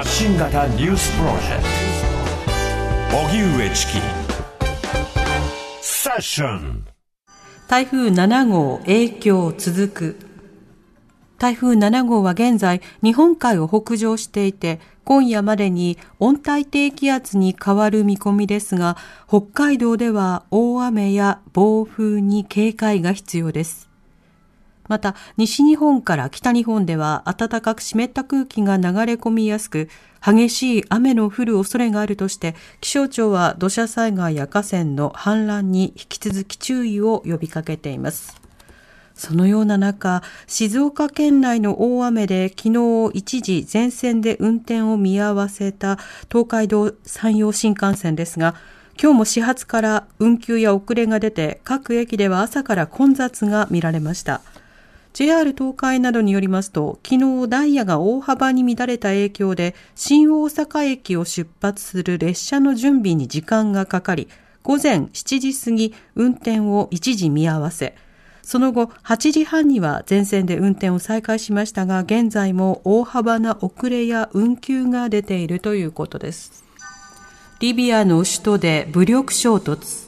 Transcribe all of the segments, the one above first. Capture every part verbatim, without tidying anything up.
発信型ニュースプロジェクト荻上チキセッション。 台風なな号影響続く。台風なな号は現在日本海を北上していて、今夜までに温帯低気圧に変わる見込みですが、北海道では大雨や暴風に警戒が必要です。また西日本から北日本では暖かく湿った空気が流れ込みやすく、激しい雨の降る恐れがあるとして、気象庁は土砂災害や河川の氾濫に引き続き注意を呼びかけています。そのような中、静岡県内の大雨で昨日一時全線で運転を見合わせた東海道山陽新幹線ですが、今日も始発から運休や遅れが出て、各駅では朝から混雑が見られました。ジェイアール 東海などによりますと、昨日ダイヤが大幅に乱れた影響で、新大阪駅を出発する列車の準備に時間がかかり、午前しちじ過ぎ運転を一時見合わせ、その後はちじはんには全線で運転を再開しましたが、現在も大幅な遅れや運休が出ているということです。リビアの首都で武力衝突。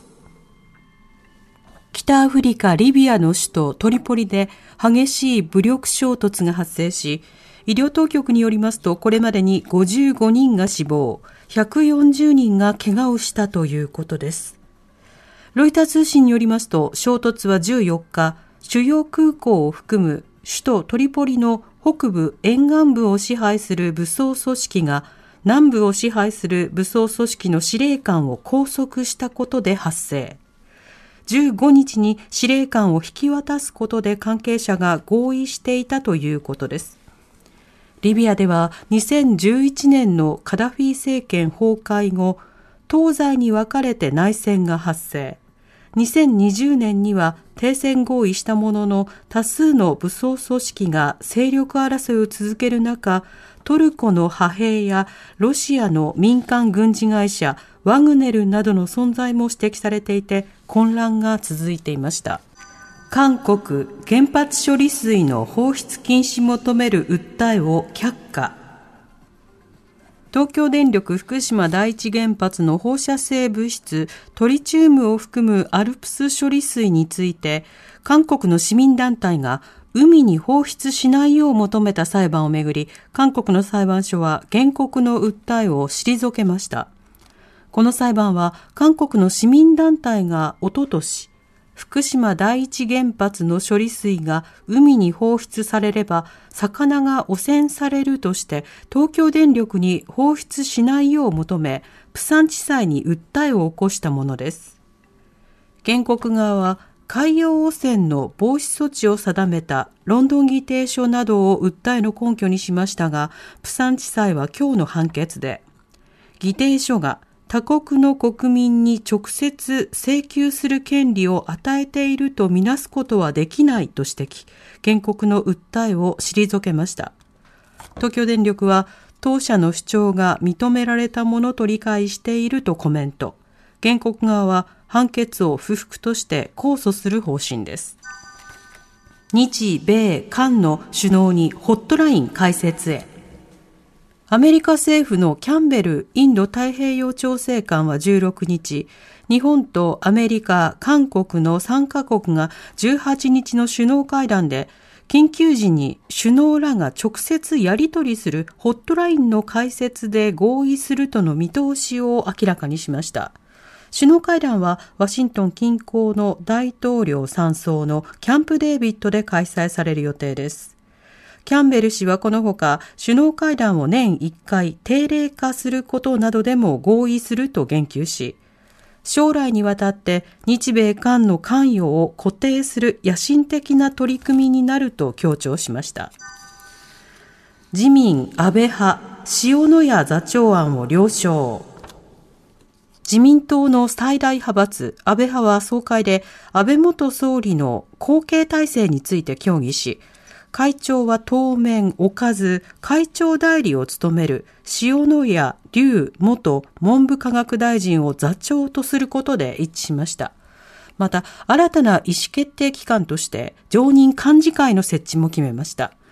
北アフリカリビアの首都トリポリで激しい武力衝突が発生し、医療当局によりますと、これまでにごじゅうごにんが死亡、ひゃくよんじゅうにんが怪我をしたということです。ロイター通信によりますと、衝突はじゅうよっか、主要空港を含む首都トリポリの北部沿岸部を支配する武装組織が、南部を支配する武装組織の司令官を拘束したことで発生。じゅうごにちに司令官を引き渡すことで関係者が合意していたということです。リビアではにせんじゅういちねんのカダフィ政権崩壊後、東西に分かれて内戦が発生。にせんにじゅうねんには停戦合意したものの、多数の武装組織が勢力争いを続ける中、トルコの派兵やロシアの民間軍事会社ワグネルなどの存在も指摘されていて、混乱が続いていました。韓国原発処理水の放出禁止求める訴えを却下。東京電力福島第一原発の放射性物質トリチウムを含むアルプス処理水について、韓国の市民団体が海に放出しないよう求めた裁判をめぐり、韓国の裁判所は原告の訴えを退けました。この裁判は、韓国の市民団体がおととし、福島第一原発の処理水が海に放出されれば魚が汚染されるとして東京電力に放出しないよう求め、釜山地裁に訴えを起こしたものです。原告側は海洋汚染の防止措置を定めたロンドン議定書などを訴えの根拠にしましたが、釜山地裁は今日の判決で、議定書が他国の国民に直接請求する権利を与えているとみなすことはできないと指摘、原告の訴えを退けました。東京電力は当社の主張が認められたものと理解しているとコメント。原告側は判決を不服として控訴する方針です。日米韓の首脳にホットライン開設へ。アメリカ政府のキャンベルインド太平洋調整官はじゅうろくにち、日本とアメリカ、韓国のさんかこくがじゅうはちにちの首脳会談で、緊急時に首脳らが直接やり取りするホットラインの開設で合意するとの見通しを明らかにしました。首脳会談はワシントン近郊の大統領山荘のキャンプデービッドで開催される予定です。キャンベル氏はこのほか、首脳会談を年いっかい定例化することなどでも合意すると言及し、将来にわたって日米韓の関与を固定する野心的な取り組みになると強調しました。自民安倍派塩谷座長案を了承。自民党の最大派閥安倍派は総会で安倍元総理の後継体制について協議し、会長は当面置かず、会長代理を務める塩谷立元文部科学大臣を座長とすることで一致しました。また、新たな意思決定機関として常任幹事会の設置も決めました。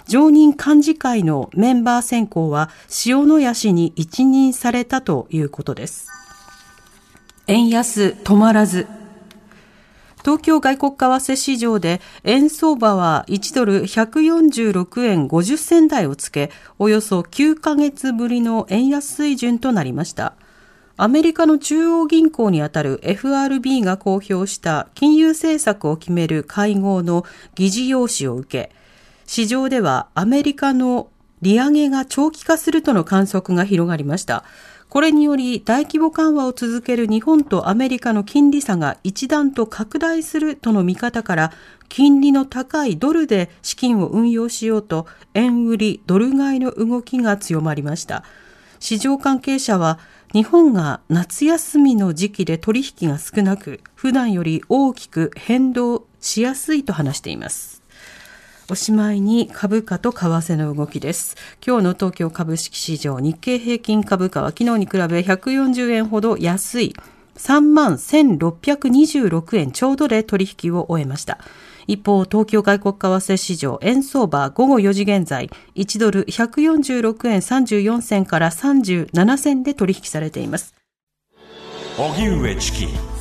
常任幹事会のメンバー選考は塩谷氏に一任されたということです。円安止まらず。東京外国為替市場で円相場はいちドルひゃくよんじゅうろくえんごじゅっせん台をつけ、およそきゅうかげつぶりの円安水準となりました。アメリカの中央銀行にあたる エフアールビー が公表した金融政策を決める会合の議事要旨を受け、市場ではアメリカの利上げが長期化するとの観測が広がりました。これにより大規模緩和を続ける日本とアメリカの金利差が一段と拡大するとの見方から、金利の高いドルで資金を運用しようと円売りドル買いの動きが強まりました。市場関係者は、日本が夏休みの時期で取引が少なく、普段より大きく変動しやすいと話しています。おしまいに株価と為替の動きです。今日の東京株式市場、日経平均株価は昨日に比べひゃくよんじゅうえんほど安い さんまんせんろっぴゃくにじゅうろくえんちょうどで取引を終えました。一方、東京外国為替市場、円相場午後よじ現在、いちドルひゃくよんじゅうろくえんさんじゅうよんせんからさんじゅうななせんで取引されています。 荻上チキ